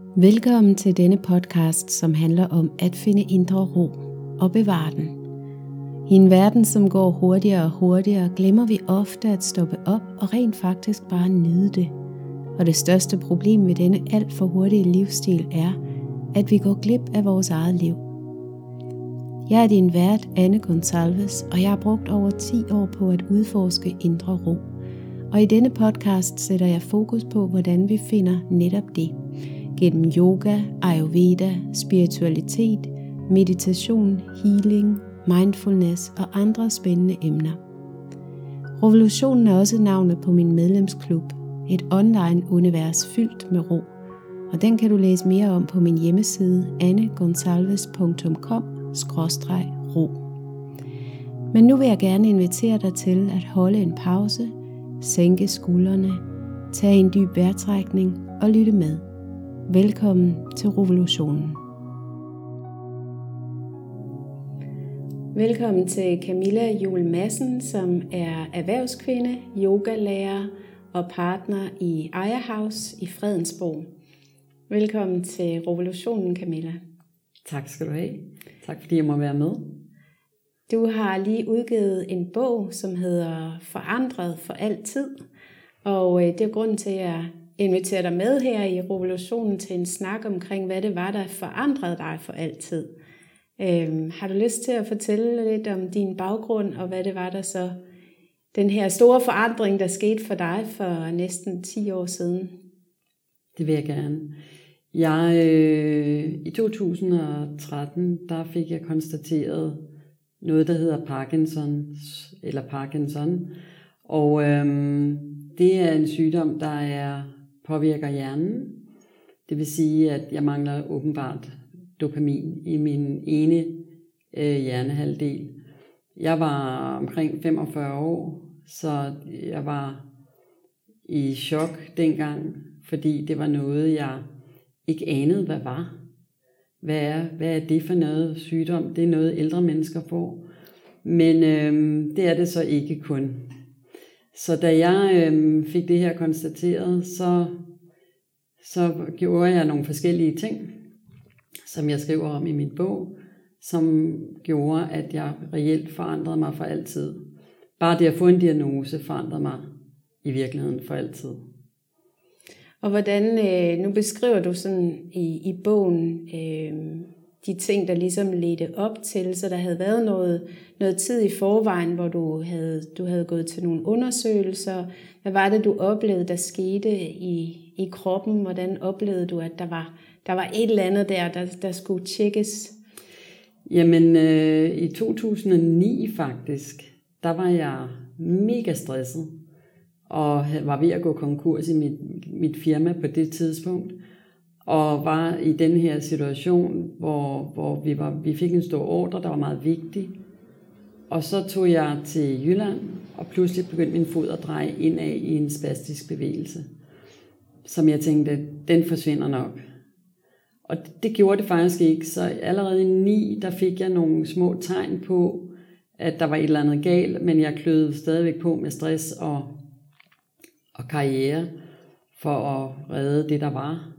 Velkommen til denne podcast, som handler om at finde indre ro og bevare den. I en verden, som går hurtigere og hurtigere, glemmer vi ofte at stoppe op og rent faktisk bare nyde det. Og det største problem ved denne alt for hurtige livsstil er, at vi går glip af vores eget liv. Jeg er din vært, Anne Gonsalves, og jeg har brugt over 10 år på at udforske indre ro. Og i denne podcast sætter jeg fokus på, hvordan vi finder netop det. Gennem yoga, ayurveda, spiritualitet, meditation, healing, mindfulness og andre spændende emner. Revolutionen er også navnet på min medlemsklub, et online univers fyldt med ro. Og den kan du læse mere om på min hjemmeside annegonsalves.com/ro. Men nu vil jeg gerne invitere dig til at holde en pause, sænke skuldrene, tage en dyb vejrtrækning og lytte med. Velkommen til revolutionen. Velkommen til Camilla Juel Madsen, som er erhvervskvinde, yogalærer og partner i Aya House i Fredensborg. Velkommen til revolutionen, Camilla. Tak skal du have. Tak fordi jeg må være med. Du har lige udgivet en bog, som hedder Forandret for altid. Og det er grunden til, at jeg inviterer dig med her i revolutionen til en snak omkring, hvad det var, der forandrede dig for altid. Har du lyst til at fortælle lidt om din baggrund, og hvad det var, der så den her store forandring, der skete for dig for næsten 10 år siden? Det vil jeg gerne. I 2013, der fik jeg konstateret noget, der hedder Parkinson. Og det er en sygdom, der påvirker hjernen. Det vil sige, at jeg mangler åbenbart dopamin i min ene hjernehalvdel. Jeg var omkring 45 år, så jeg var i chok dengang, fordi det var noget, jeg ikke anede, hvad var. Hvad er det for noget sygdom? Det er noget, ældre mennesker får. Men det er det så ikke kun. Så da jeg fik det her konstateret, så gjorde jeg nogle forskellige ting, som jeg skriver om i min bog, som gjorde, at jeg reelt forandrede mig for altid. Bare det at få en diagnose forandrede mig i virkeligheden for altid. Og hvordan, nu beskriver du sådan i bogen de ting, der ligesom ledte op til, så der havde været noget tid i forvejen, hvor du havde gået til nogle undersøgelser. Hvad var det, du oplevede, der skete i kroppen? Hvordan oplevede du, at der var et eller andet der skulle tjekkes? Jamen, i 2009 faktisk, der var jeg mega stresset, og var ved at gå konkurs i mit firma på det tidspunkt, og var i den her situation, hvor vi fik en stor ordre, der var meget vigtig. Og så tog jeg til Jylland, og pludselig begyndte min fod at dreje indad i en spastisk bevægelse, som jeg tænkte, den forsvinder nok. Og det gjorde det faktisk ikke, så allerede i 9, der fik jeg nogle små tegn på, at der var et eller andet galt, men jeg kløede stadigvæk på med stress og karriere for at redde det, der var.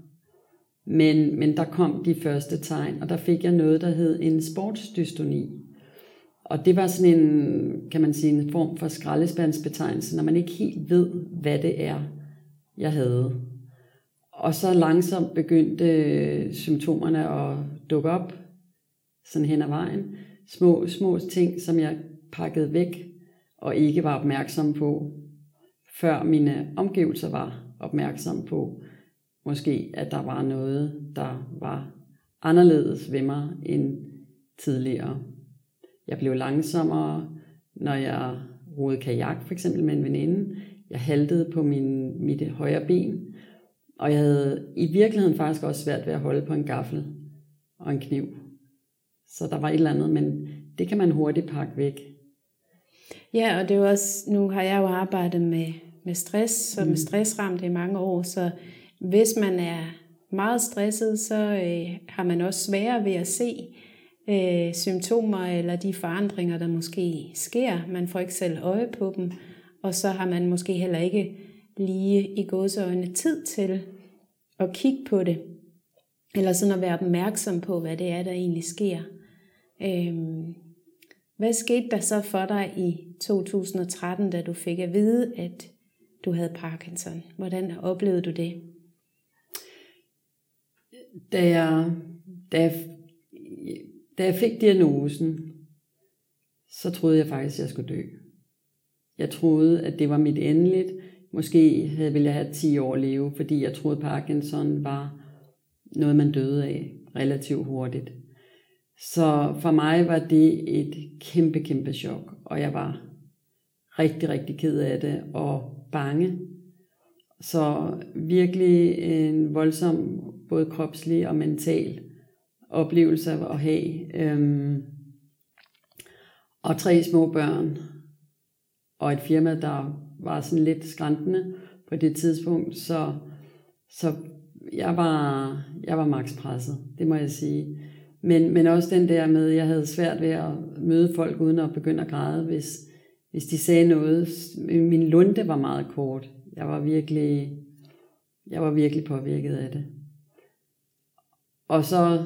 Men der kom de første tegn, og der fik jeg noget, der hed en sportsdystoni. Og det var sådan en, kan man sige, en form for skraldespandsbetegnelse, når man ikke helt ved, hvad det er, jeg havde. Og så langsomt begyndte symptomerne at dukke op, sådan hen ad vejen. Små ting, som jeg pakkede væk, og ikke var opmærksom på, før mine omgivelser var opmærksom på, måske at der var noget, der var anderledes ved mig end tidligere. Jeg blev langsommere, når jeg roede kajak, for eksempel med en veninde. Jeg haltede på mit højre ben, og jeg havde i virkeligheden faktisk også svært ved at holde på en gaffel og en kniv. Så der var et eller andet, men det kan man hurtigt pakke væk. Ja, og det er jo også, nu har jeg jo arbejdet med stress, som stressramt i mange år, så hvis man er meget stresset, så har man også sværere ved at se symptomer eller de forandringer, der måske sker. Man får ikke selv øje på dem, og så har man måske heller ikke lige i gåseøjne tid til at kigge på det. eller sådan at være opmærksom på, hvad det er, der egentlig sker. Hvad skete der så for dig i 2013, da du fik at vide, at du havde Parkinson? Hvordan oplevede du det? Da jeg fik diagnosen, så troede jeg faktisk, at jeg skulle dø. Jeg troede, at det var mit endeligt. Måske ville jeg have 10 år at leve, fordi jeg troede, at Parkinson var noget, man døde af relativt hurtigt. Så for mig var det et kæmpe, kæmpe chok, og jeg var rigtig, rigtig ked af det og bange. Så virkelig en voldsom, både kropslig og mental oplevelse at have. Og 3 små børn, og et firma, der var sådan lidt skrantende på det tidspunkt, så jeg var maks presset, det må jeg sige. Men også den der med, at jeg havde svært ved at møde folk uden at begynde at græde, hvis de sagde noget. Min lunte var meget kort. Jeg var virkelig påvirket af det. Og så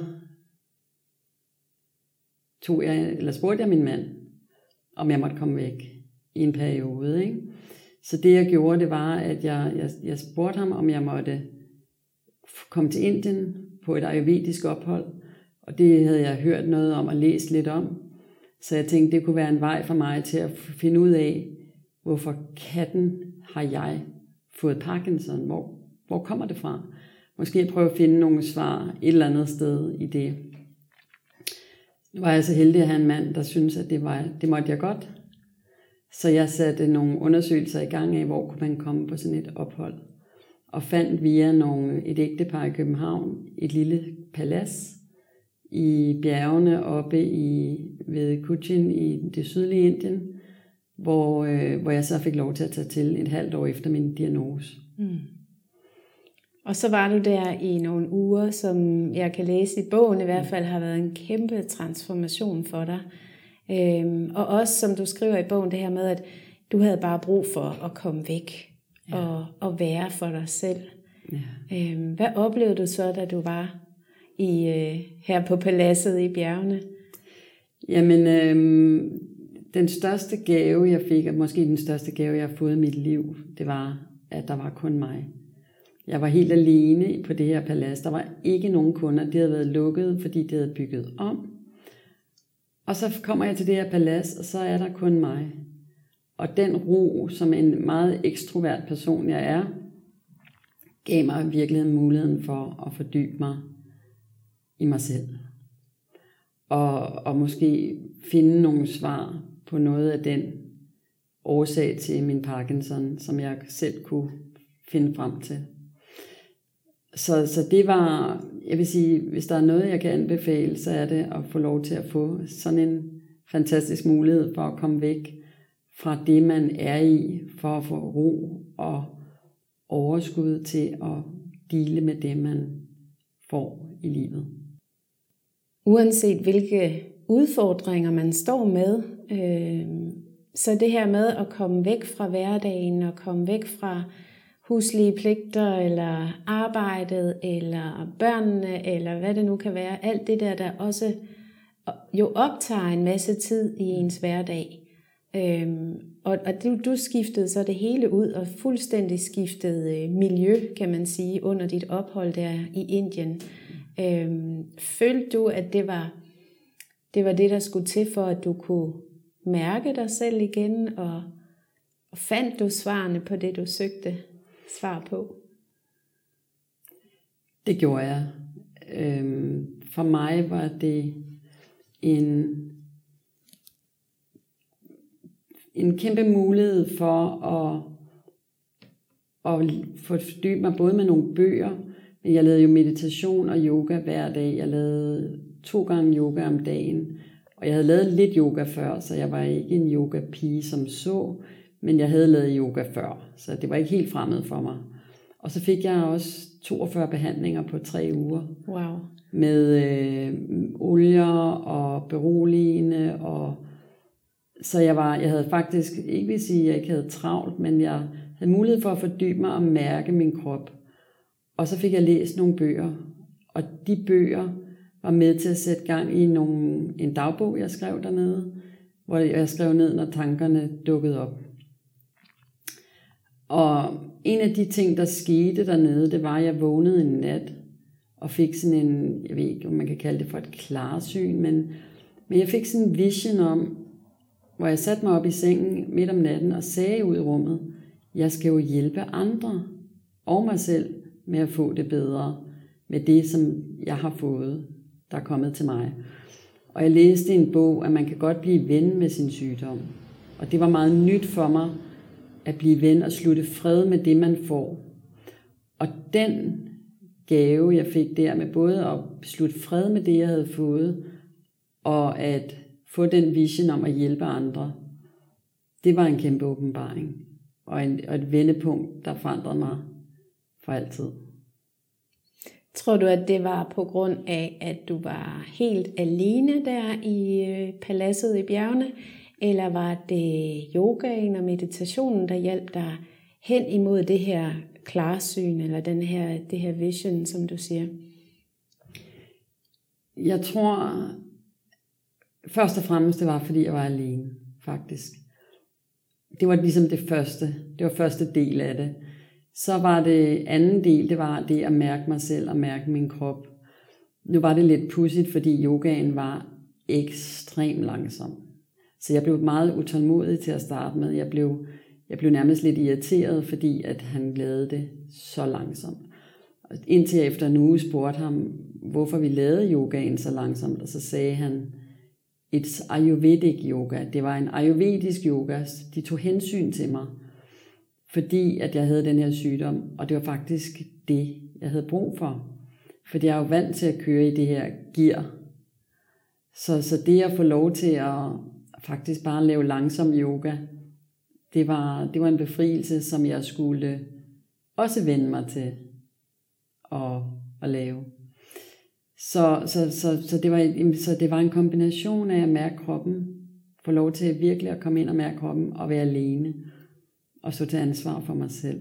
spurgte jeg min mand, om jeg måtte komme væk i en periode. Ikke? Så det jeg gjorde, det var, at jeg spurgte ham, om jeg måtte komme til Indien på et ayurvedisk ophold. Og det havde jeg hørt noget om og læst lidt om. Så jeg tænkte, det kunne være en vej for mig til at finde ud af, hvorfor katten har jeg fået Parkinson? Hvor kommer det fra? Måske prøve at finde nogle svar et eller andet sted i det. Nu var jeg så heldig at have en mand, der syntes, at det måtte jeg godt. Så jeg satte nogle undersøgelser i gang af, hvor kunne man komme på sådan et ophold. Og fandt via et ægtepar i København et lille palads i bjergene oppe ved Cochin i det sydlige Indien, hvor jeg så fik lov til at tage til et halvt år efter min diagnose. Mm. Og så var du der i nogle uger, som jeg kan læse i bogen i hvert fald, har været en kæmpe transformation for dig. Og også, som du skriver i bogen, det her med, at du havde bare brug for at komme væk og være for dig selv. Ja. Hvad oplevede du så, da du var her på paladset i bjergene? Jamen, den største gave, jeg fik, og måske den største gave, jeg har fået i mit liv, det var, at der var kun mig. Jeg var helt alene på det her palads. Der var ikke nogen kunder. Det havde været lukket, fordi det havde bygget om. Og så kommer jeg til det her palads, og så er der kun mig. Og den ro, som en meget ekstrovert person jeg er, gav mig virkelig muligheden for at fordybe mig i mig selv. Og måske finde nogle svar på noget af den årsag til min Parkinson, som jeg selv kunne finde frem til. Så det var, jeg vil sige, hvis der er noget, jeg kan anbefale, så er det at få lov til at få sådan en fantastisk mulighed for at komme væk fra det, man er i, for at få ro og overskud til at dele med det, man får i livet. Uanset hvilke udfordringer man står med, så det her med at komme væk fra hverdagen og komme væk fra huslige pligter, eller arbejdet, eller børnene, eller hvad det nu kan være. Alt det der også jo optager en masse tid i ens hverdag. Og du skiftede så det hele ud, og fuldstændig skiftede miljø, kan man sige, under dit ophold der i Indien. Følte du, at det var det, der skulle til for, at du kunne mærke dig selv igen, og fandt du svarene på det, du søgte svar på? Det gjorde jeg. For mig var det en kæmpe mulighed for at fordybe mig både med nogle bøger, men jeg lavede jo meditation og yoga hver dag. Jeg lavede 2 gange yoga om dagen, og jeg havde lavet lidt yoga før, så jeg var ikke en yoga-pige som så, men jeg havde lavet yoga før, så det var ikke helt fremmed for mig. Og så fik jeg også 42 behandlinger på 3 uger. Wow. Med olier og beroligende. Så jeg havde faktisk, ikke vil sige, at jeg ikke havde travlt, men jeg havde mulighed for at fordybe mig og mærke min krop. Og så fik jeg læst nogle bøger, Og de bøger var med til at sætte gang i en dagbog, jeg skrev dernede, hvor jeg skrev ned, når tankerne dukkede op. Og en af de ting, der skete dernede, det var, at jeg vågnede en nat og fik sådan en, jeg ved ikke, om man kan kalde det for et klarsyn, men jeg fik sådan en vision om, hvor jeg satte mig op i sengen midt om natten og sagde ud i rummet, jeg skal jo hjælpe andre og mig selv med at få det bedre med det, som jeg har fået, der er kommet til mig. Og jeg læste i en bog, at man kan godt blive ven med sin sygdom. Og det var meget nyt for mig, at blive ven og slutte fred med det, man får. Og den gave, jeg fik der med både at slutte fred med det, jeg havde fået, og at få den vision om at hjælpe andre, det var en kæmpe åbenbaring. Og et vendepunkt, der forandrede mig for altid. Tror du, at det var på grund af, at du var helt alene der i paladset i bjergene? Eller var det yogaen og meditationen, der hjalp dig hen imod det her klarsyn, eller det her vision, som du siger? Jeg tror, først og fremmest, det var, fordi jeg var alene, faktisk. Det var ligesom det var første del af det. Så var det anden del, det var det at mærke mig selv og mærke min krop. Nu var det lidt pudsigt, fordi yogaen var ekstremt langsom. Så jeg blev meget utålmodig til at starte med. Jeg blev nærmest lidt irriteret, fordi at han lavede det så langsomt. Indtil jeg efter en uge spurgte ham, hvorfor vi lavede yogaen så langsomt, og så sagde han, it's Ayurvedic yoga. Det var en ayurvedisk yoga. De tog hensyn til mig, fordi at jeg havde den her sygdom, og det var faktisk det, jeg havde brug for. Fordi jeg er jo vant til at køre i det her gear. Så det at få lov til at faktisk bare lave langsom yoga, det var en befrielse, som jeg skulle også vende mig til at lave. Så det var en kombination af at mærke kroppen, få lov til virkelig at komme ind og mærke kroppen og være alene, og så tage ansvar for mig selv.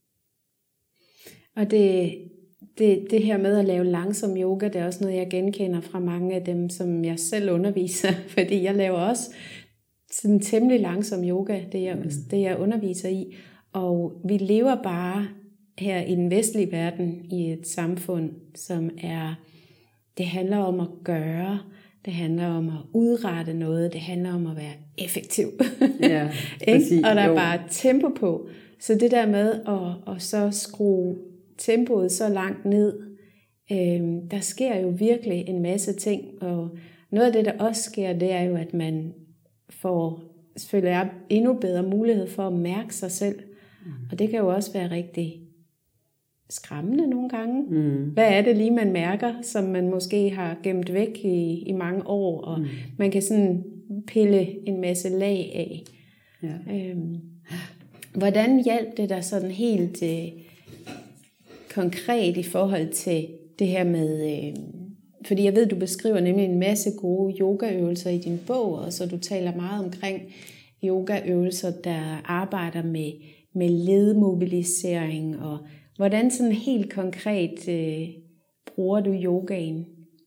Og det her med at lave langsom yoga, det er også noget, jeg genkender fra mange af dem, som jeg selv underviser, fordi jeg laver også sådan temmelig langsom yoga, det jeg underviser i. Og vi lever bare her i den vestlige verden i et samfund, som det handler om at gøre, det handler om at udrette noget, det handler om at være effektiv. Ja, præcis. Og der er bare tempo på. Så det der med at så skrue tempoet så langt ned, der sker jo virkelig en masse ting. Og noget af det, der også sker, det er jo, at man får selvfølgelig endnu bedre mulighed for at mærke sig selv. Og det kan jo også være rigtig skræmmende nogle gange. Hvad er det lige, man mærker, som man måske har gemt væk i mange år, og man kan sådan pille en masse lag af. Ja. Hvordan hjalp det dig sådan helt konkret i forhold til det her med, fordi jeg ved, du beskriver nemlig en masse gode yogaøvelser i din bog, og så du taler meget omkring yogaøvelser, der arbejder med ledmobilisering, og hvordan sådan helt konkret bruger du yogaen?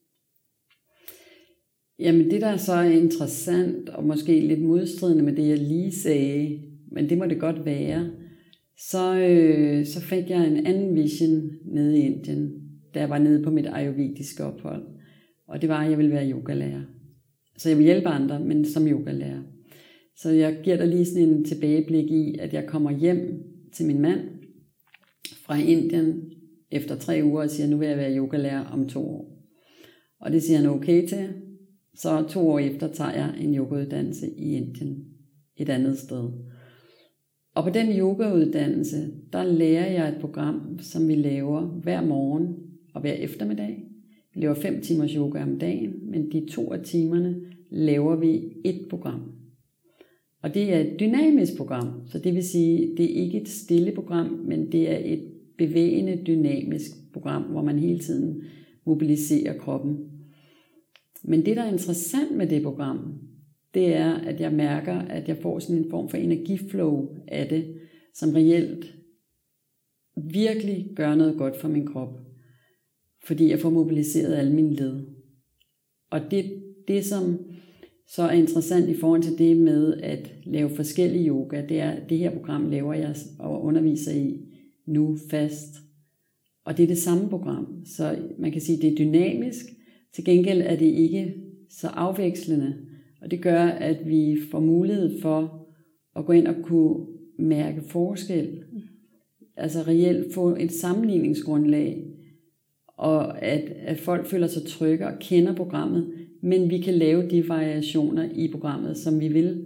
Jamen det, der er så interessant, og måske lidt modstridende med det, jeg lige sagde, men det må det godt være, så fik jeg en anden vision nede i Indien, da jeg var nede på mit ayurvediske ophold. Og det var, at jeg ville være yogalærer. Så jeg vil hjælpe andre, men som yogalærer. Så jeg giver dig lige sådan en tilbageblik i, at jeg kommer hjem til min mand fra Indien efter 3 uger og siger, nu vil jeg være yogalærer om 2 år. Og det siger han okay til. Så 2 år efter tager jeg en yogauddannelse i Indien, et andet sted. Og på den yogauddannelse, der lærer jeg et program, som vi laver hver morgen og hver eftermiddag. Vi laver 5 timers yoga om dagen, men de 2 af timerne laver vi et program. Og det er et dynamisk program, så det vil sige, det er ikke et stille program, men det er et bevægende, dynamisk program, hvor man hele tiden mobiliserer kroppen. Men det, der er interessant med det program, det er, at jeg mærker, at jeg får sådan en form for energiflow af det, som reelt virkelig gør noget godt for min krop. fordi jeg får mobiliseret alle mine led. Og det som så er interessant i forhold til det med at lave forskellige yoga, det er, at det her program laver jeg og underviser i nu fast. Og det er det samme program, så man kan sige, at det er dynamisk. Til gengæld er det ikke så afvekslende, og det gør, at vi får mulighed for at gå ind og kunne mærke forskel. Altså reelt få et sammenligningsgrundlag, og at folk føler sig trygge og kender programmet, men vi kan lave de variationer i programmet, som vi vil.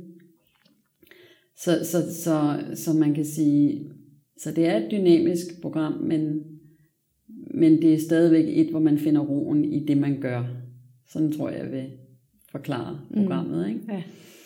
Så man kan sige, så det er et dynamisk program, men det er stadigvæk et, hvor man finder roen i det, man gør. Sådan tror jeg vil forklare programmet. Ikke? Ja.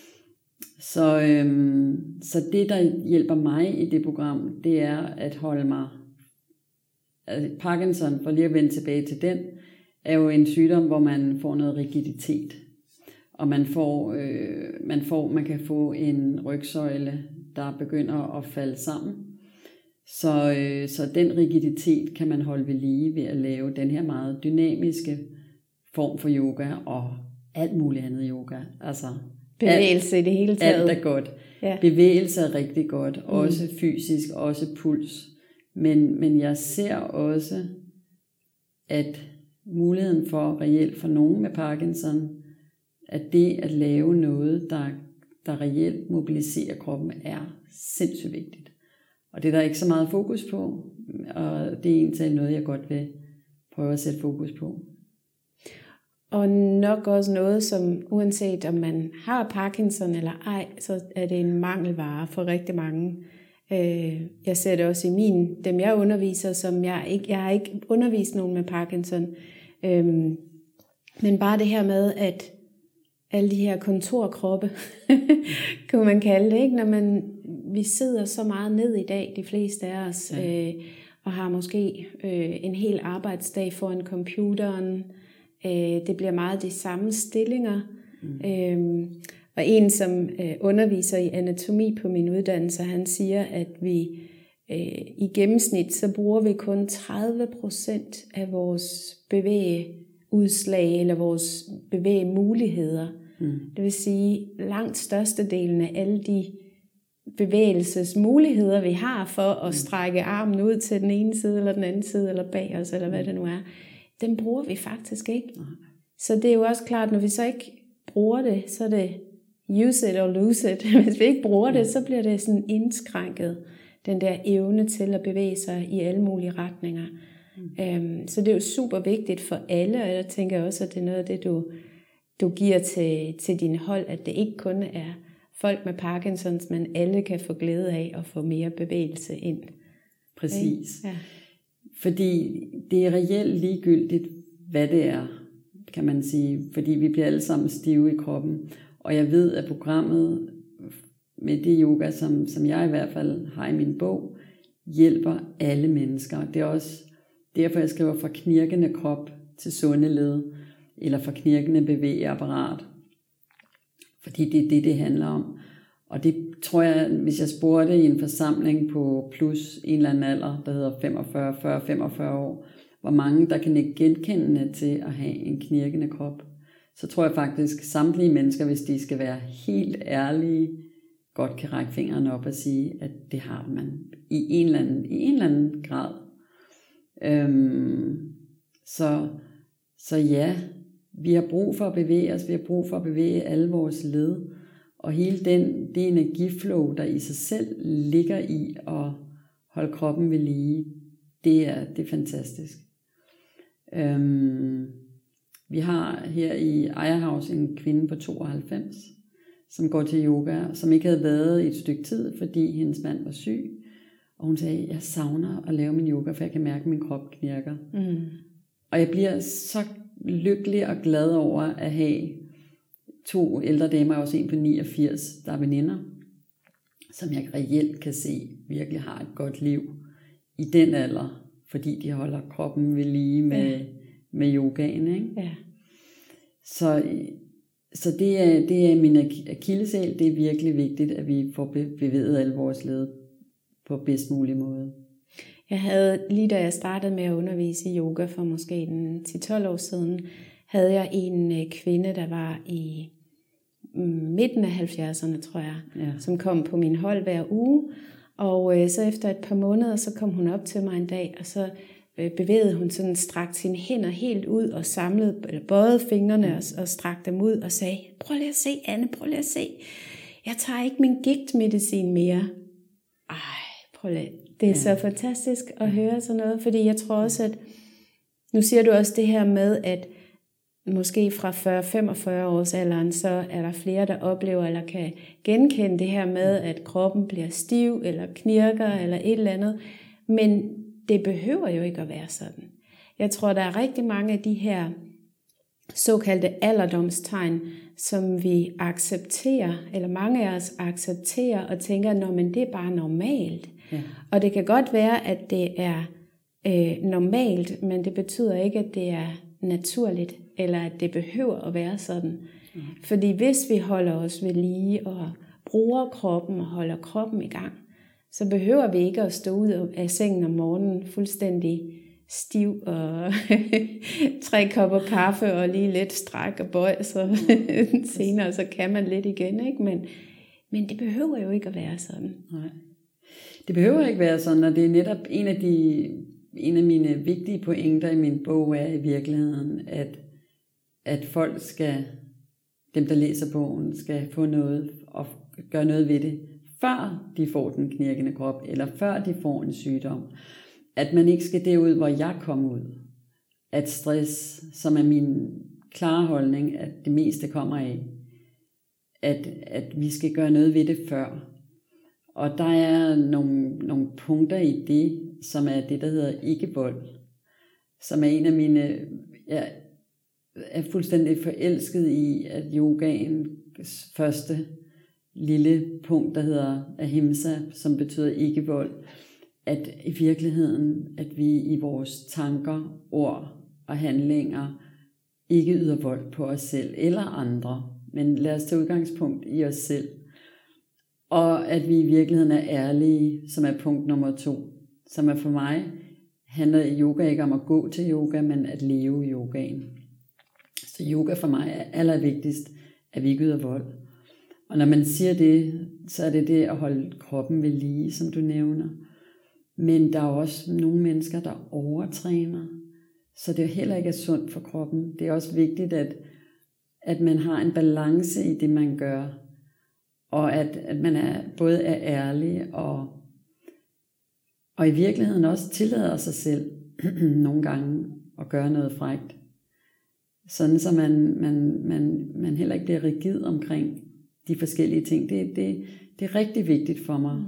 Så det, der hjælper mig i det program, det er at holde mig... Altså Parkinson, for lige at vende tilbage til den, er jo en sygdom, hvor man får noget rigiditet. Og man kan få en rygsøjle, der begynder at falde sammen. Så den rigiditet kan man holde ved lige ved at lave den her meget dynamiske form for yoga og alt muligt andet yoga. Altså bevægelse i det hele taget. Alt er godt. Ja. Bevægelse er rigtig godt. Også fysisk, også puls. Men jeg ser også, at muligheden for reelt for nogen med Parkinson, at det at lave noget, der reelt mobiliserer kroppen, er sindssygt vigtigt. Og det er der ikke så meget fokus på, og det er egentlig noget, jeg godt vil prøve at sætte fokus på. Og nok også noget, som uanset om man har Parkinson eller ej, så er det en mangelvare for rigtig mange. Jeg ser det også i dem jeg underviser, som jeg har ikke undervist nogen med Parkinson. Men bare det her med, at alle de her kontorkroppe, kunne man kalde det, ikke? Når vi sidder så meget ned i dag, de fleste af os, og har måske en hel arbejdsdag foran computeren. Det bliver meget de samme stillinger. Og en, som underviser i anatomi på min uddannelse, han siger, at vi i gennemsnit, så bruger vi kun 30% af vores bevægeudslag, eller vores bevægemuligheder. Det vil sige, langt størstedelen af alle de bevægelsesmuligheder, vi har for at strække armen ud til den ene side, eller den anden side, eller bag os, eller hvad det nu er, den bruger vi faktisk ikke. Så det er jo også klart, når vi så ikke bruger det, så er det use it or lose it. Hvis vi ikke bruger det, så bliver det sådan indskrænket, den der evne til at bevæge sig i alle mulige retninger. Så det er jo super vigtigt for alle, og jeg tænker også, at det er noget af det, du giver til dine hold, at det ikke kun er folk med Parkinsons, men alle kan få glæde af at få mere bevægelse ind. Præcis. Ja. Fordi det er reelt ligegyldigt, hvad det er, kan man sige. Fordi vi bliver alle sammen stive i kroppen. Og jeg ved, at programmet med det yoga, som jeg i hvert fald har i min bog, hjælper alle mennesker. Det er også derfor, jeg skriver fra knirkende krop til sunde led, eller fra knirkende bevægeapparat. Fordi det er det handler om. Og det tror jeg, hvis jeg spurgte i en forsamling på plus en eller anden alder, der hedder 45 år, hvor mange der kan ikke genkende til at have en knirkende krop, så tror jeg faktisk, samtlige mennesker, hvis de skal være helt ærlige, godt kan række fingrene op og sige, at det har man i en eller anden grad. Så ja, vi har brug for at bevæge os, vi har brug for at bevæge alle vores led, og hele det energiflow, der i sig selv ligger i at holde kroppen ved lige, det er fantastisk. Vi har her i Ejerhaus en kvinde på 92, som går til yoga, som ikke havde været i et stykke tid, fordi hendes mand var syg. Og hun sagde, jeg savner at lave min yoga, for jeg kan mærke, at min krop knirker. Og jeg bliver så lykkelig og glad over at have 2 ældre damer, også en på 89, der er veninder, som jeg reelt kan se virkelig har et godt liv i den alder, fordi de holder kroppen ved lige med yogaen. Ikke? Ja. Så det er min akilleshæl. Det er virkelig vigtigt, at vi får bevæget alle vores led på bedst mulig måde. Jeg havde, lige da jeg startede med at undervise i yoga for måske 10-12 år siden, havde jeg en kvinde, der var i midten af 70'erne, tror jeg, som kom på min hold hver uge. Og så efter et par måneder, så kom hun op til mig en dag, og så bevægede hun sådan, strakte sine hænder helt ud og samlede, eller bøjede fingrene og strakte dem ud og sagde, prøv lige at se, Anne, prøv lige at se. Jeg tager ikke min gigtmedicin mere. Ej, prøv lige. Det er så fantastisk at høre sådan noget, fordi jeg tror også, at nu siger du også det her med, at måske fra 40-45 års alderen, så er der flere, der oplever eller kan genkende det her med, at kroppen bliver stiv eller knirker eller et eller andet. Men det behøver jo ikke at være sådan. Jeg tror, der er rigtig mange af de her såkaldte alderdomstegn, som vi accepterer, eller mange af os accepterer og tænker, men det er bare normalt. Ja. Og det kan godt være, at det er normalt, men det betyder ikke, at det er naturligt, eller at det behøver at være sådan. Mm. Fordi hvis vi holder os ved lige og bruger kroppen og holder kroppen i gang, så behøver vi ikke at stå ud af sengen om morgenen fuldstændig stiv og 3 kopper kaffe og lige lidt stræk og bøj, så senere så kan man lidt igen, ikke? Men det behøver jo ikke at være sådan. Nej. Det behøver ikke være sådan, og det er netop en af mine vigtige pointer i min bog er i virkeligheden, at folk skal, dem der læser bogen, skal få noget og gøre noget ved det, før de får den knirkende krop, eller før de får en sygdom. At man ikke skal derud, hvor jeg kom ud. At stress, som er min klare holdning, at det meste kommer af, at vi skal gøre noget ved det før. Og der er nogle punkter i det, som er det, der hedder ikke-vold, som er en af mine, jeg er fuldstændig forelsket i, at yogaens første lille punkt, der hedder ahimsa, som betyder ikke-vold, at i virkeligheden, at vi i vores tanker, ord og handlinger ikke yder vold på os selv eller andre, men lad os tage udgangspunkt i os selv. Og at vi i virkeligheden er ærlige, som er punkt nummer 2, som er for mig, handler yoga ikke om at gå til yoga, men at leve yogaen. Så yoga for mig er allervigtigst, at vi ikke yder vold. Og når man siger det, så er det det at holde kroppen ved lige, som du nævner. Men der er også nogle mennesker, der overtræner, så det heller ikke er sundt for kroppen. Det er også vigtigt, at man har en balance i det, man gør. Og at man både er ærlig og i virkeligheden også tillader sig selv nogle gange at gøre noget frækt. Sådan så man heller ikke bliver rigid omkring de forskellige ting. Det er rigtig vigtigt for mig.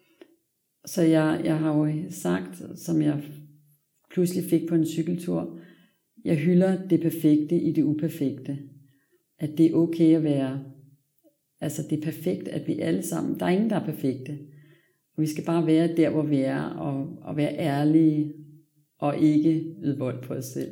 Så jeg har jo sagt, som jeg pludselig fik på en cykeltur, jeg hylder det perfekte i det uperfekte. At det er okay at være, altså det er perfekt, at vi alle sammen, der er ingen, der er perfekte. Og vi skal bare være der, hvor vi er, og være ærlige, og ikke yde vold på os selv.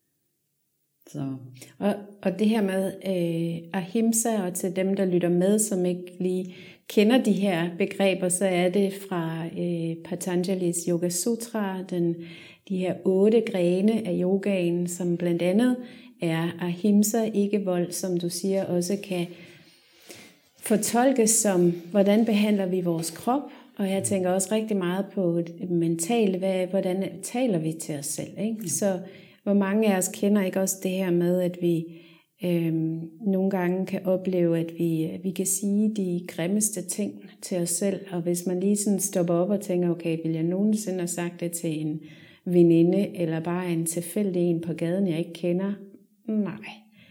Så. Og det her med ahimsa, og til dem, der lytter med, som ikke lige kender de her begreber, så er det fra Patanjalis Yoga Sutra, de her 8 grene af yogaen, som blandt andet er ahimsa, ikke vold, som du siger, også kan fortolkes som, hvordan behandler vi vores krop, og jeg tænker også rigtig meget på det mentale, hvordan taler vi til os selv, ikke? Så hvor mange af os kender ikke også det her med, at vi nogle gange kan opleve, at vi kan sige de grimmeste ting til os selv, og hvis man lige sådan stopper op og tænker, okay, vil jeg nogensinde have sagt det til en veninde, eller bare en tilfældig en på gaden, jeg ikke kender? Nej.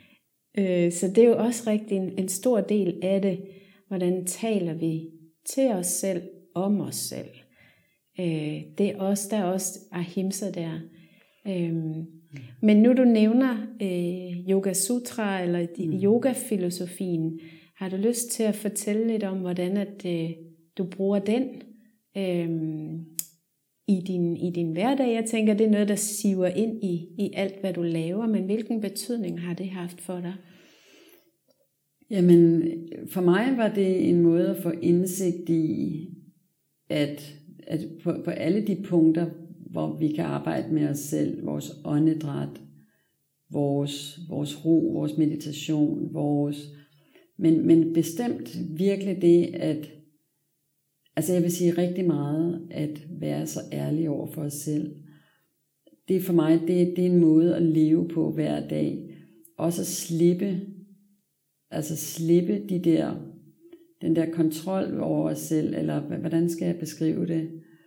Så det er jo også rigtig en stor del af det, hvordan taler vi til os selv, om os selv. Det er også, der er også ahimsa der. Men nu du nævner Yoga Sutra eller yogafilosofien, har du lyst til at fortælle lidt om, hvordan at, du bruger den i din hverdag? Jeg tænker, det er noget, der siver ind i alt, hvad du laver, men hvilken betydning har det haft for dig? Jamen, for mig var det en måde at få indsigt i, at på alle de punkter, hvor vi kan arbejde med os selv, vores åndedræt, vores ro, vores meditation, men bestemt virkelig det, altså jeg vil sige rigtig meget, at være så ærlig over for os selv. Det er for mig, det er en måde at leve på hver dag. Også at slippe den der kontrol over os selv, eller hvordan skal jeg beskrive det?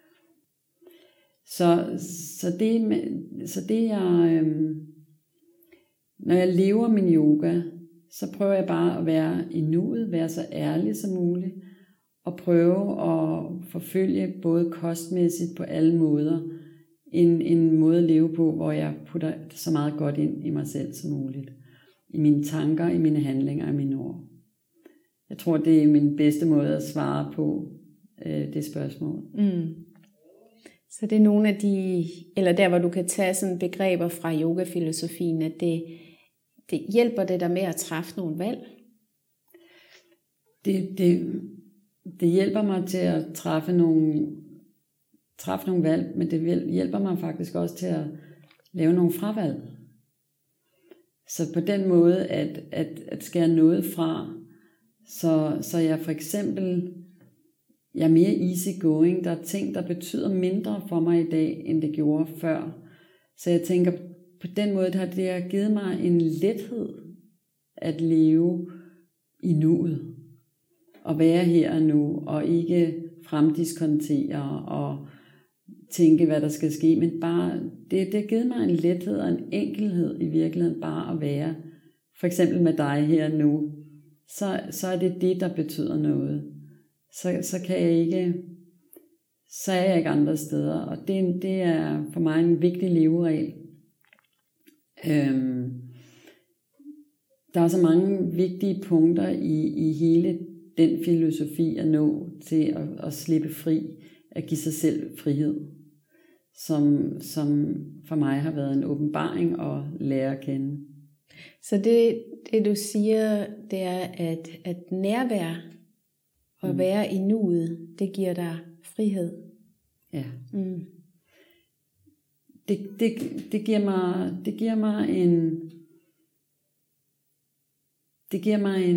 Så det jeg, når jeg lever min yoga, så prøver jeg bare at være i nuet, være så ærlig som muligt, og prøve at forfølge både kostmæssigt på alle måder, en måde at leve på, hvor jeg putter så meget godt ind i mig selv som muligt. I mine tanker, i mine handlinger, i mine ord. Jeg tror, det er min bedste måde at svare på det spørgsmål. Så det er nogle af eller der hvor du kan tage sådan begreber fra yogafilosofien, at det hjælper det der med at træffe nogle valg? Det hjælper mig til at træffe nogle valg, men det hjælper mig faktisk også til at lave nogle fravalg. Så på den måde, at skære noget fra, så jeg for eksempel, jeg er mere easygoing. Der er ting, der betyder mindre for mig i dag, end det gjorde før. Så jeg tænker, på den måde, det har givet mig en lethed at leve i nuet. Og være her og nu, og ikke fremdiskontere og tænke, hvad der skal ske. Men bare, det har givet mig en lethed og en enkelhed i virkeligheden, bare at være. For eksempel med dig her nu. Så er det, der betyder noget. Så kan jeg ikke, så er jeg ikke andre steder. Og det er for mig en vigtig leveregel. Der er så mange vigtige punkter i hele den filosofi at nå til at slippe fri, at give sig selv frihed, som for mig har været en åbenbaring at lære at kende. Så det du siger, det er, at nærvær og være i nuet, det giver dig frihed. Ja. Det giver mig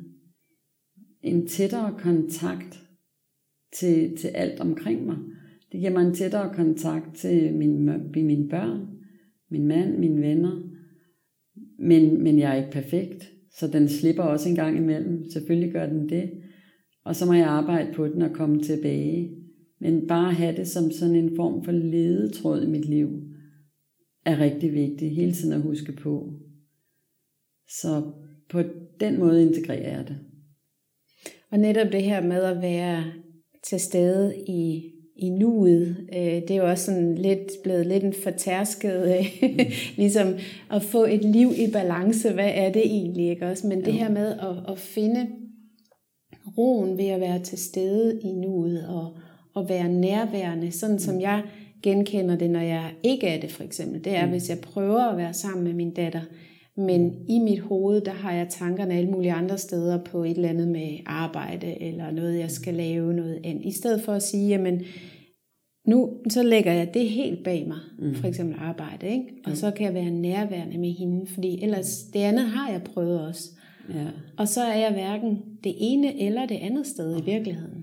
en tættere kontakt til alt omkring mig. Det giver mig en tættere kontakt til mine børn, min mand, mine venner. Men jeg er ikke perfekt, så den slipper også en gang imellem. Selvfølgelig gør den det. Og så må jeg arbejde på den og komme tilbage. Men bare have det som sådan en form for ledetråd i mit liv, er rigtig vigtigt. Hele tiden at huske på. Så på den måde integrerer jeg det. Og netop det her med at være til stede i nuet, det er jo også sådan blevet lidt en fortærsket, ligesom at få et liv i balance. Hvad er det egentlig, ikke også? Men det her med at finde roen ved at være til stede i nuet og være nærværende, sådan som jeg genkender det, når jeg ikke er det for eksempel. Det er, hvis jeg prøver at være sammen med min datter, men i mit hoved, der har jeg tankerne alle mulige andre steder på et eller andet med arbejde, eller noget, jeg skal lave noget andet. I stedet for at sige, jamen, nu så lægger jeg det helt bag mig, for eksempel arbejde, ikke? Og så kan jeg være nærværende med hende, fordi ellers det andet har jeg prøvet også. Ja. Og så er jeg hverken det ene eller det andet sted i virkeligheden.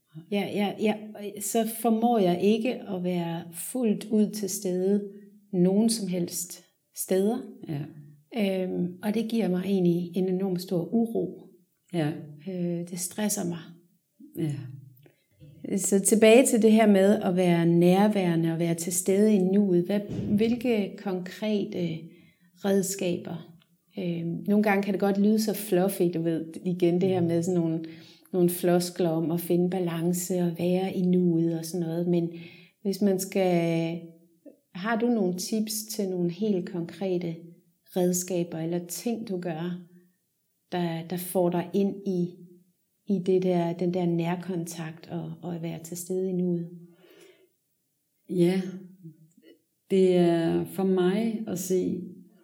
Så formår jeg ikke at være fuldt ud til stede nogen som helst steder. Ja. Og det giver mig egentlig en enorm stor uro. Ja. Det stresser mig. Ja. Så tilbage til det her med at være nærværende og være til stede i nuet. Hvilke konkrete redskaber? Nogle gange kan det godt lyde så fluffy, du ved, igen det her med sådan nogle floskler om at finde balance og være i nuet og sådan noget. Men hvis man har du nogle tips til nogle helt konkrete redskaber eller ting du gør, der får dig ind i den der nærkontakt og at være til stede i nuet? Ja, det er for mig at se,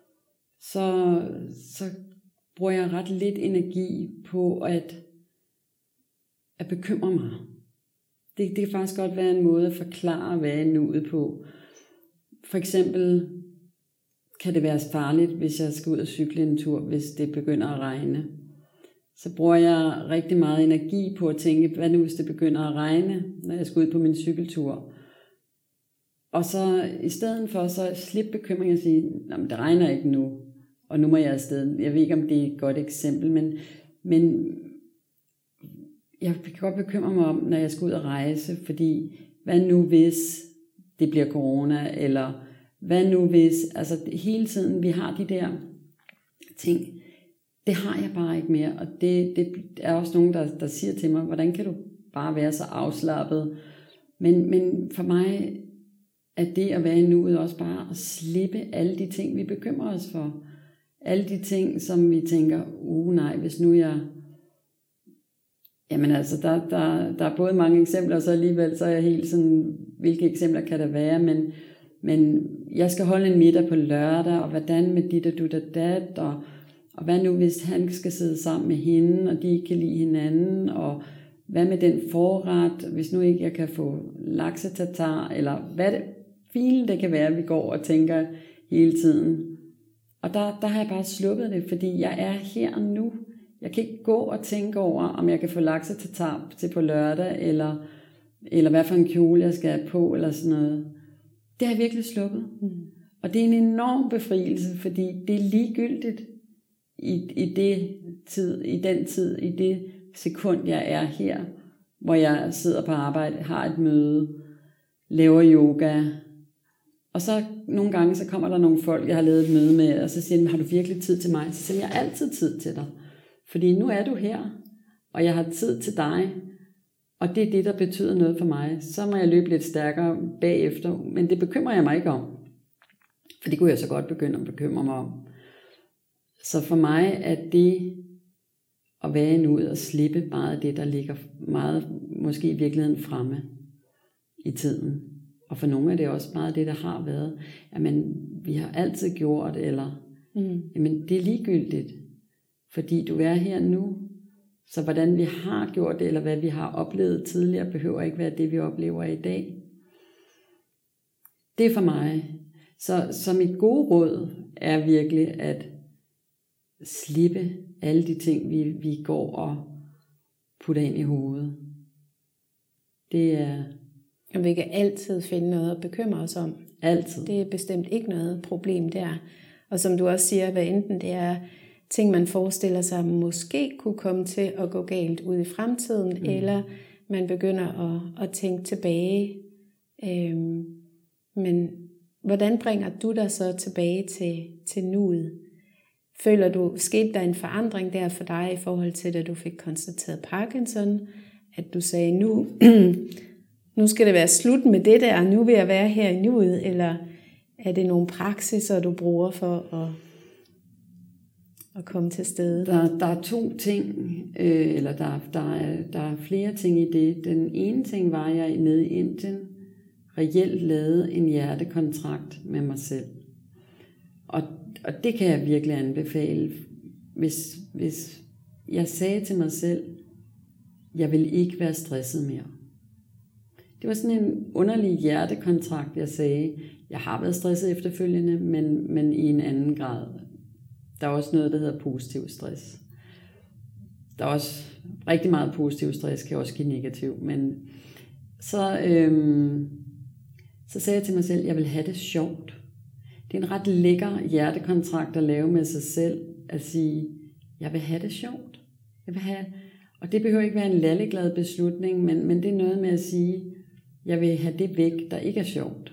så bruger jeg ret lidt energi på at bekymre mig. Det kan faktisk godt være en måde at forklare, hvad er nuet på. For eksempel kan det være farligt, hvis jeg skal ud og cykle en tur, hvis det begynder at regne. Så bruger jeg rigtig meget energi på at tænke, hvad nu hvis det begynder at regne, når jeg skal ud på min cykeltur. Og så i stedet for så slippe bekymring og sige, det regner ikke nu, og nu må jeg afsted. Jeg ved ikke, om det er et godt eksempel, men jeg kan godt bekymre mig om, når jeg skal ud og rejse, fordi hvad nu hvis det bliver corona, eller hvad nu hvis, altså hele tiden vi har de der ting, det har jeg bare ikke mere, og det er også nogen, der siger til mig, hvordan kan du bare være så afslappet, men for mig er det at være i nuet også bare at slippe alle de ting, vi bekymrer os for, alle de ting, som vi tænker, nej, hvis nu jeg, jamen altså, der er både mange eksempler, og så alligevel, så er jeg helt sådan, hvilke eksempler kan der være, men jeg skal holde en middag på lørdag, og hvordan med dit og dut og dat, og hvad nu hvis han skal sidde sammen med hende, og de ikke kan lide hinanden, og hvad med den forret, hvis nu ikke jeg kan få laksetatar, eller hvad det filen det kan være, vi går og tænker hele tiden. Og der har jeg bare sluppet det, fordi jeg er her nu. Jeg kan ikke gå og tænke over, om jeg kan få laksetatar til på lørdag, eller hvad for en kjole jeg skal have på, eller sådan noget. Det har jeg virkelig sluppet. Og det er en enorm befrielse, fordi det er ligegyldigt i den tid, i det sekund, jeg er her, hvor jeg sidder på arbejde, har et møde, laver yoga. Og så nogle gange, så kommer der nogle folk, jeg har lavet et møde med, og så siger de, har du virkelig tid til mig? Så siger jeg har altid tid til dig. Fordi nu er du her, og jeg har tid til dig, og det er det, der betyder noget for mig. Så må jeg løbe lidt stærkere bagefter, men det bekymrer jeg mig ikke om. For det kunne jeg så godt begynde at bekymre mig om. Så for mig er det at være i nuet og slippe meget af det, der ligger meget, måske i virkeligheden fremme i tiden. Og for nogle er det også meget det, der har været. Jamen, vi har altid gjort, eller jamen, det er ligegyldigt. Fordi du er her nu. Så hvordan vi har gjort det, eller hvad vi har oplevet tidligere, behøver ikke være det, vi oplever i dag. Det er for mig. Så mit gode råd er virkelig at slippe alle de ting, vi går og putter ind i hovedet. Det er... Og vi kan altid finde noget at bekymre os om. Altid. Det er bestemt ikke noget problem der. Og som du også siger, hvad enten det er ting, man forestiller sig, måske kunne komme til at gå galt ud i fremtiden, eller man begynder at tænke tilbage. Men hvordan bringer du dig så tilbage til nuet? Føler du, skete der en forandring der for dig i forhold til, da du fik konstateret Parkinson? At du sagde, nu skal det være slut med det der, nu vil jeg være her i nuet, eller er det nogle praksiser, du bruger for at komme til stede? Der er to ting, eller der er flere ting i det. Den ene ting var, at jeg nede i Indien reelt lavede en hjertekontrakt med mig selv. Og det kan jeg virkelig anbefale, hvis jeg sagde til mig selv, jeg vil ikke være stresset mere. Det var sådan en underlig hjertekontrakt, jeg sagde. Jeg har været stresset efterfølgende, men i en anden grad. Der er også noget, der hedder positiv stress. Der er også rigtig meget positiv stress, kan også give negativ. Men så sagde jeg til mig selv, at jeg vil have det sjovt. Det er en ret lækker hjertekontrakt at lave med sig selv, at sige, jeg vil have det sjovt. Jeg vil have, og det behøver ikke være en lalleglad beslutning, men det er noget med at sige, jeg vil have det væk, der ikke er sjovt.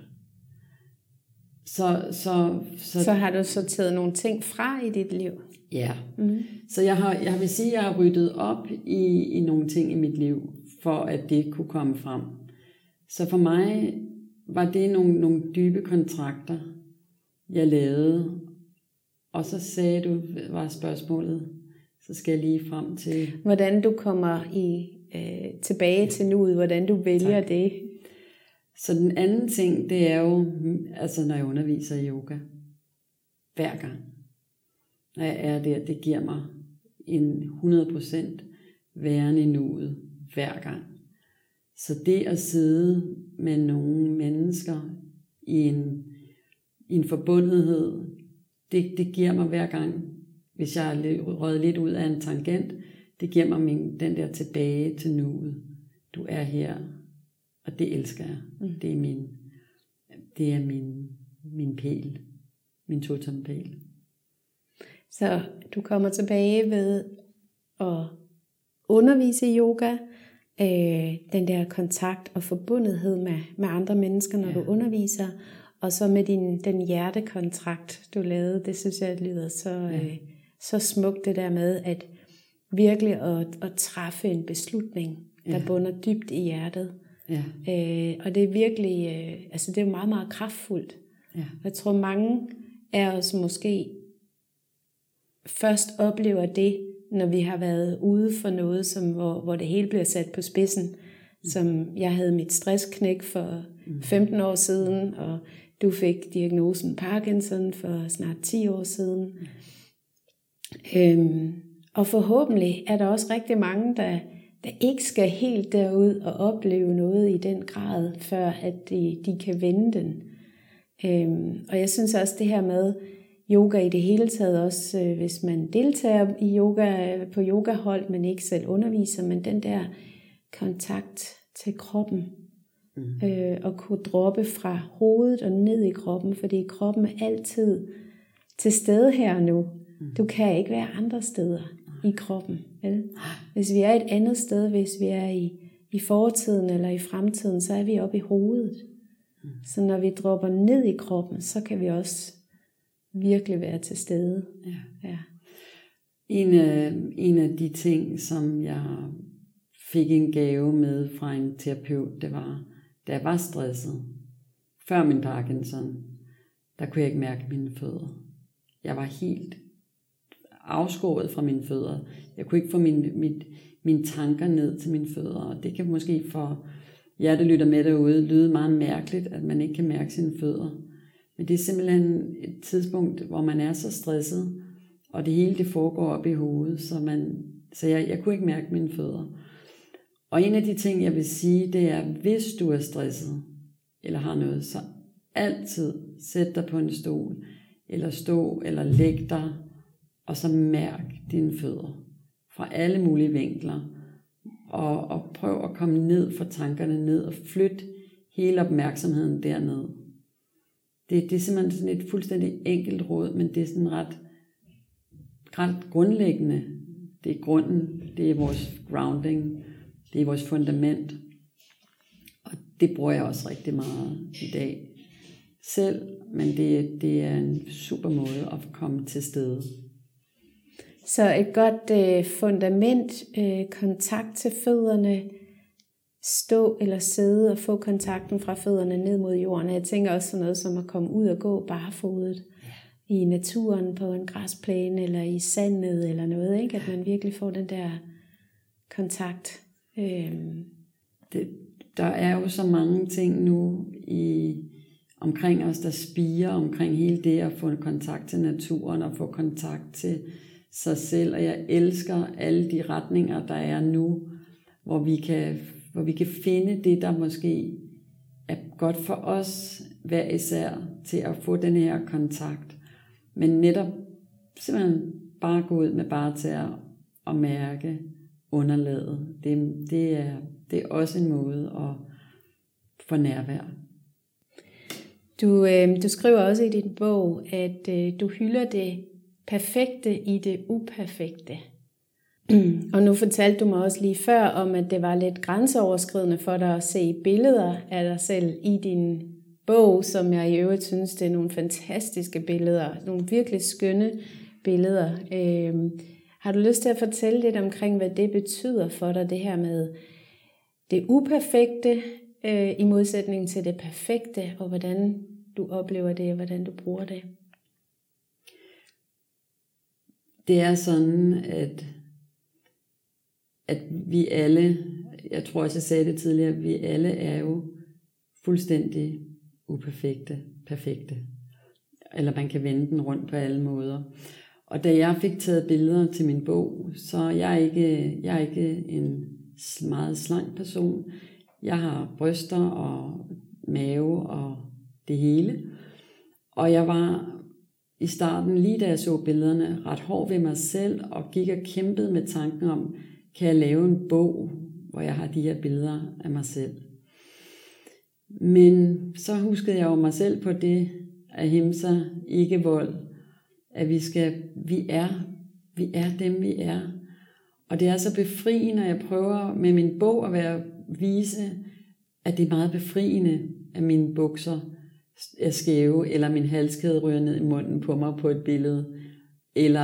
Så har du så taget nogle ting fra i dit liv? Ja. Så jeg vil sige, at jeg har ryddet op i nogle ting i mit liv, for at det kunne komme frem. Så for mig var det nogle dybe kontrakter, jeg lavede. Og så sagde du, var spørgsmålet, så skal jeg lige frem til... Hvordan du kommer tilbage til nuet, hvordan du vælger det. Så den anden ting, det er jo, altså når jeg underviser i yoga, hver gang, når jeg er der, det giver mig en 100% væren i nuet, hver gang. Så det at sidde med nogle mennesker i en forbundethed, det giver mig hver gang, hvis jeg er røget lidt ud af en tangent, det giver mig den der tilbage til nuet. Du er her, og det elsker jeg. Det er min pæl, min totempaæl. Så du kommer tilbage ved at undervise i yoga, den der kontakt og forbundethed med andre mennesker, når du underviser, og så med den hjertekontrakt, du lavede. Det synes jeg lyder så smukt, det der med at virkelig at træffe en beslutning, der bunder dybt i hjertet. Ja. Og det er virkelig, det er jo meget, meget kraftfuldt. Ja. Jeg tror, mange af os måske først oplever det, når vi har været ude for noget, hvor det hele bliver sat på spidsen. Som jeg havde mit stressknæk for 15 år siden, og du fik diagnosen Parkinson for snart 10 år siden. Og forhåbentlig er der også rigtig mange, der ikke skal helt derud og opleve noget i den grad, før at de kan vende den. Og jeg synes også det her med yoga i det hele taget, også hvis man deltager i yoga på yogahold, men ikke selv underviser, men den der kontakt til kroppen, og kunne droppe fra hovedet og ned i kroppen, fordi kroppen er altid til stede her nu. Du kan ikke være andre steder i kroppen. Vel? Hvis vi er et andet sted, hvis vi er i fortiden eller i fremtiden, så er vi oppe i hovedet. Så når vi dropper ned i kroppen, så kan vi også virkelig være til stede. Ja. En af de ting, som jeg fik en gave med fra en terapeut, det var, da jeg var stresset, før min Parkinson, der kunne jeg ikke mærke mine fødder. Jeg var helt afskåret fra mine fødder. Jeg kunne ikke få mine tanker ned til mine fødder, og det kan måske for jer, der lytter med derude, lyde meget mærkeligt, at man ikke kan mærke sine fødder. Men det er simpelthen et tidspunkt, hvor man er så stresset, og det hele det foregår op i hovedet, så jeg kunne ikke mærke mine fødder. Og en af de ting, jeg vil sige, det er, hvis du er stresset, eller har noget, så altid sæt dig på en stol, eller stå, eller læg dig, og så mærk dine fødder fra alle mulige vinkler, og prøv at komme ned fra tankerne ned, og flyt hele opmærksomheden derned. Det er simpelthen sådan et fuldstændig enkelt råd, men det er sådan ret grundlæggende. Det er grunden, det er vores grounding, det er vores fundament, og det bruger jeg også rigtig meget i dag selv, men det er en super måde at komme til stede. Så et godt fundament, kontakt til fødderne, stå eller sidde og få kontakten fra fødderne ned mod jorden. Jeg tænker også sådan noget som at komme ud og gå barefodet i naturen på en græsplæne eller i sandet eller noget, ikke? At man virkelig får den der kontakt. Der er jo så mange ting nu omkring os, der spirer omkring hele det at få kontakt til naturen og få kontakt til sig selv, og jeg elsker alle de retninger, der er nu, hvor vi kan finde det, der måske er godt for os hver især til at få den her kontakt, men netop simpelthen bare gå ud med bare til at mærke underlaget. Det er også en måde at få nærvær. Du skriver også i din bog, at du hylder det perfekte i det uperfekte. Og nu fortalte du mig også lige før om, at det var lidt grænseoverskridende for dig at se billeder af dig selv i din bog, som jeg i øvrigt synes, det er nogle fantastiske billeder, nogle virkelig skønne billeder. Har du lyst til at fortælle lidt omkring, hvad det betyder for dig, det her med det uperfekte i modsætning til det perfekte, og hvordan du oplever det, og hvordan du bruger det? Det er sådan, at vi alle, jeg tror også jeg sagde det tidligere, vi alle er jo fuldstændig perfekte. Eller man kan vende den rundt på alle måder. Og da jeg fik taget billeder til min bog, så jeg er ikke en meget slank person. Jeg har bryster og mave og det hele. Og jeg var i starten, lige da jeg så billederne, ret hård ved mig selv, og gik og kæmpede med tanken om, kan jeg lave en bog, hvor jeg har de her billeder af mig selv. Men så huskede jeg jo mig selv på det, ahimsa, ikke vold, at vi er dem vi er. Og det er så befriende, når jeg prøver med min bog at vise, at det er meget befriende, at mine bukser er skæve, eller min halskæde ryger ned i munden på mig på et billede, eller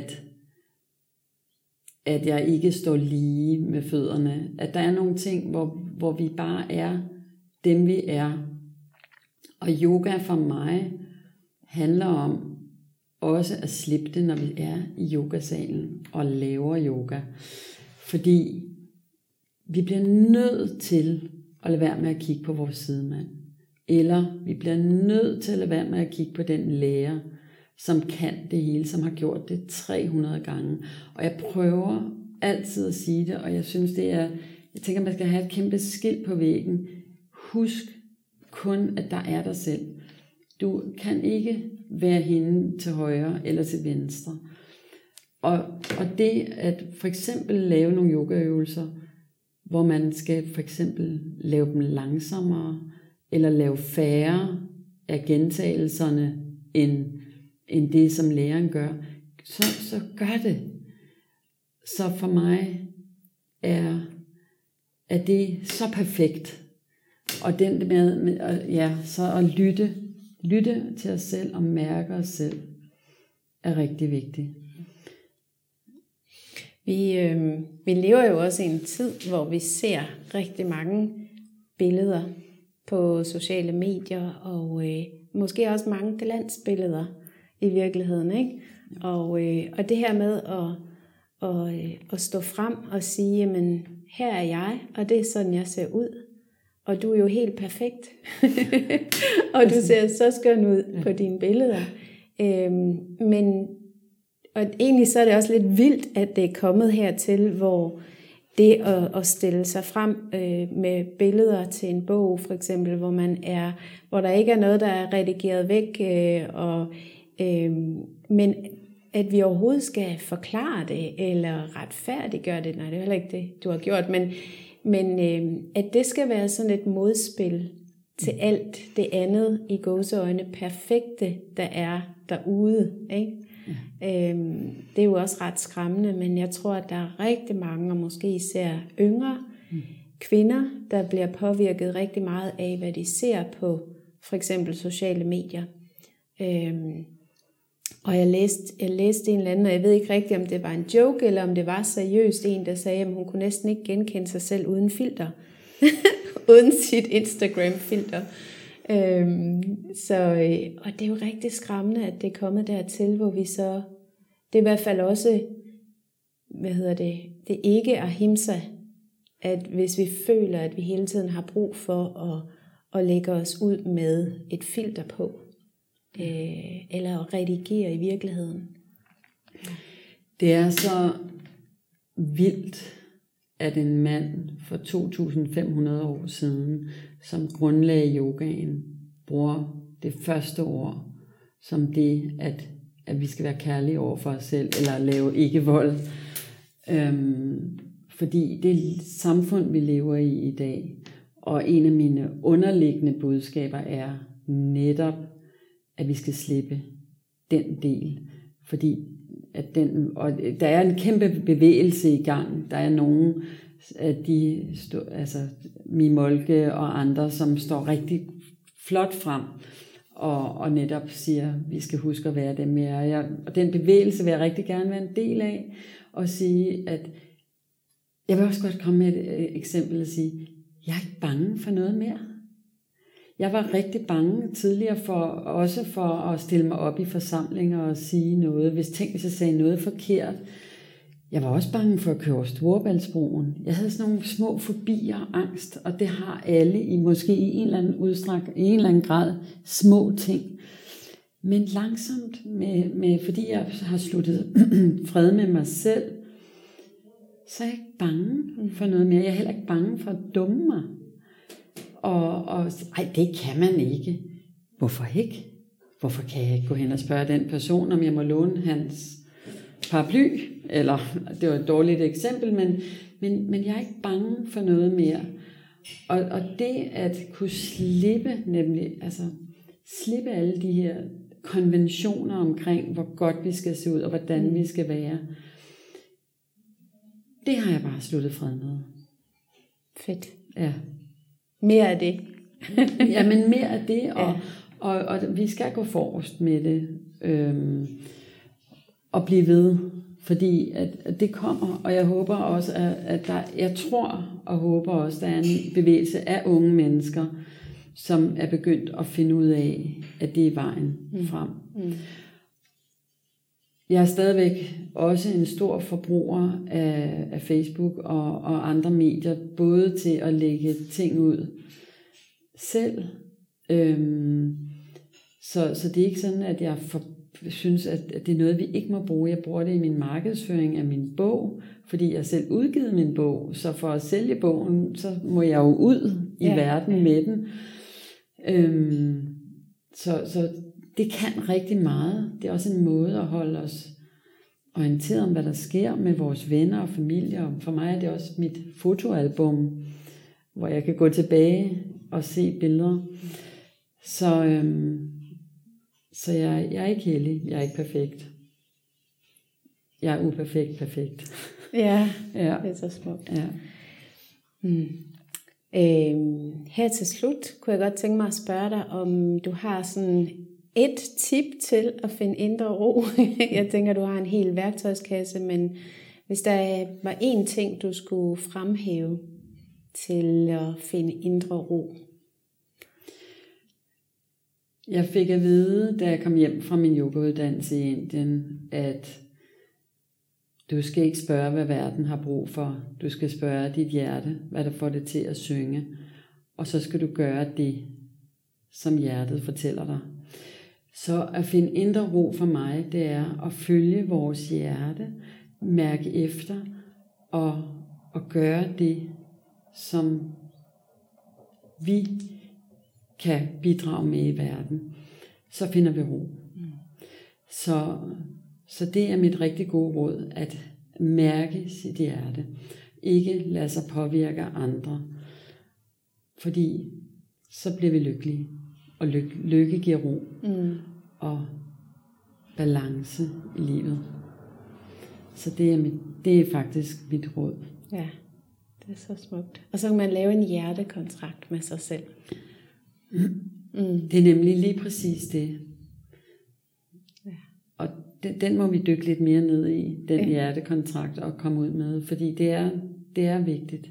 at jeg ikke står lige med fødderne. At der er nogle ting, hvor vi bare er dem vi er. Og yoga for mig handler om også at slippe det, når vi er i yogasalen og laver yoga. Fordi vi bliver nødt til at lade være med at kigge på vores sidemand. Eller vi bliver nødt til at lade være med at kigge på den lærer, som kan det hele, som har gjort det 300 gange. Og jeg prøver altid at sige det, og jeg synes jeg tænker, man skal have et kæmpe skilt på væggen. Husk kun, at der er dig selv. Du kan ikke være hende til højre eller til venstre. Og det at for eksempel lave nogle yogaøvelser, hvor man skal for eksempel lave dem langsommere, eller lave færre af gentagelserne, end det, som læreren gør, så gør det. Så for mig er det så perfekt. Og den med så at lytte til os selv og mærke os selv, er rigtig vigtigt. Vi lever jo også i en tid, hvor vi ser rigtig mange billeder på sociale medier, og måske også mange glansbilleder i virkeligheden, ikke? Og det her med at stå frem og sige, jamen her er jeg, og det er sådan jeg ser ud, og du er jo helt perfekt, og du ser så skøn ud på dine billeder. Men og egentlig så er det også lidt vildt, at det er kommet hertil, hvor det at stille sig frem med billeder til en bog, for eksempel, hvor der ikke er noget, der er redigeret væk, men at vi overhovedet skal forklare det, eller retfærdiggøre det, nej, det er heller ikke det, du har gjort, men at det skal være sådan et modspil til alt det andet i gåseøjne perfekte, der er derude, ikke? Det er jo også ret skræmmende, men jeg tror, at der er rigtig mange, og måske især yngre kvinder, der bliver påvirket rigtig meget af, hvad de ser på for eksempel sociale medier. Og jeg læste en eller anden, og jeg ved ikke rigtigt, om det var en joke, eller om det var seriøst en, der sagde, at hun kunne næsten ikke genkende sig selv uden filter. Uden sit Instagram-filter. Og det er jo rigtig skræmmende, at det er kommet dertil, hvor vi så, det er i hvert fald også, det ikke ahimsa, at hvis vi føler, at vi hele tiden har brug for at lægge os ud med et filter på, eller at redigere i virkeligheden. Det er så vildt, at en mand for 2500 år siden, som grundlagde yogaen, bruger det første ord som det, at vi skal være kærlige over for os selv, eller lave ikke vold. Fordi det samfund, vi lever i dag, og en af mine underliggende budskaber er netop, at vi skal slippe den del. Fordi og der er en kæmpe bevægelse i gang. Der er nogen af de, Mimolke og andre, som står rigtig flot frem, og netop siger, at vi skal huske at være dem, vi er. Og den bevægelse vil jeg rigtig gerne være en del af, og sige, at jeg vil også godt komme med et eksempel og sige, jeg er ikke bange for noget mere. Jeg var rigtig bange tidligere for at stille mig op i forsamlinger og sige noget, hvis jeg sagde noget forkert. Jeg var også bange for at køre over Storebæltsbroen. Jeg havde sådan nogle små fobier og angst, og det har alle måske i en eller anden grad små ting. Men langsomt, fordi jeg har sluttet fred med mig selv, så er jeg ikke bange for noget mere. Jeg er heller ikke bange for at dumme mig. og ej, det kan man ikke. Hvorfor ikke? Hvorfor kan jeg ikke gå hen og spørge den person, om jeg må låne hans paraply? Eller, det var et dårligt eksempel, men jeg er ikke bange for noget mere. Og det at kunne slippe, nemlig, altså slippe alle de her konventioner omkring, hvor godt vi skal se ud, og hvordan vi skal være, det har jeg bare sluttet fred med. Fedt. Ja. Mere af det. Jamen mere af det, og vi skal gå forrest med det, og blive ved, fordi at det kommer, og jeg håber også, at jeg tror og håber også, at der er en bevægelse af unge mennesker, som er begyndt at finde ud af, at det er vejen frem. Jeg er stadigvæk også en stor forbruger af Facebook og andre medier, både til at lægge ting ud selv. Så det er ikke sådan, at jeg synes, at det er noget, vi ikke må bruge. Jeg bruger det i min markedsføring af min bog, fordi jeg selv udgivet min bog. Så for at sælge bogen, så må jeg jo ud i verden med den. Så det kan rigtig meget. Det er også en måde at holde os orienteret om, hvad der sker med vores venner og familie. Og for mig er det også mit fotoalbum, hvor jeg kan gå tilbage og se billeder. Så jeg er ikke heldig. Jeg er ikke perfekt. Jeg er perfekt. Ja, det er så smukt. Ja. Her til slut kunne jeg godt tænke mig at spørge dig, om du har sådan et tip til at finde indre ro. Jeg tænker, du har en hel værktøjskasse, men hvis der var én ting, du skulle fremhæve til at finde indre ro. Jeg fik at vide, da jeg kom hjem fra min yogauddannelse i Indien, at du skal ikke spørge, hvad verden har brug for. Du skal spørge dit hjerte, hvad der får det til at synge. Og så skal du gøre det, som hjertet fortæller dig. Så at finde indre ro for mig, det er at følge vores hjerte, mærke efter og gøre det, som vi kan bidrage med i verden. Så finder vi ro. Så det er mit rigtig gode råd, at mærke sit hjerte. Ikke lade sig påvirke af andre. Fordi så bliver vi lykkelige. Og lykke giver ro. Og balance i livet. Så det er faktisk mit råd. Ja, det er så smukt. Og så kan man lave en hjertekontrakt med sig selv. Det er nemlig lige præcis det. Ja. Og den må vi dykke lidt mere ned i, den hjertekontrakt, og komme ud med, fordi det er vigtigt.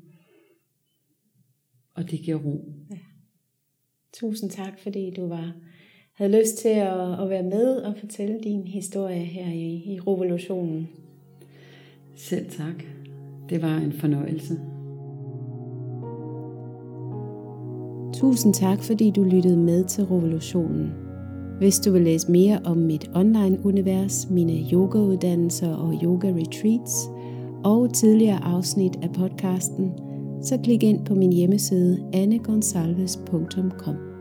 Og det giver ro. Ja. Tusind tak, fordi du havde lyst til at være med og fortælle din historie her i Revolutionen. Selv tak. Det var en fornøjelse. Tusind tak, fordi du lyttede med til Revolutionen. Hvis du vil læse mere om mit online-univers, mine yogauddannelser og yoga-retreats og tidligere afsnit af podcasten, så klik ind på min hjemmeside annegonsalves.com.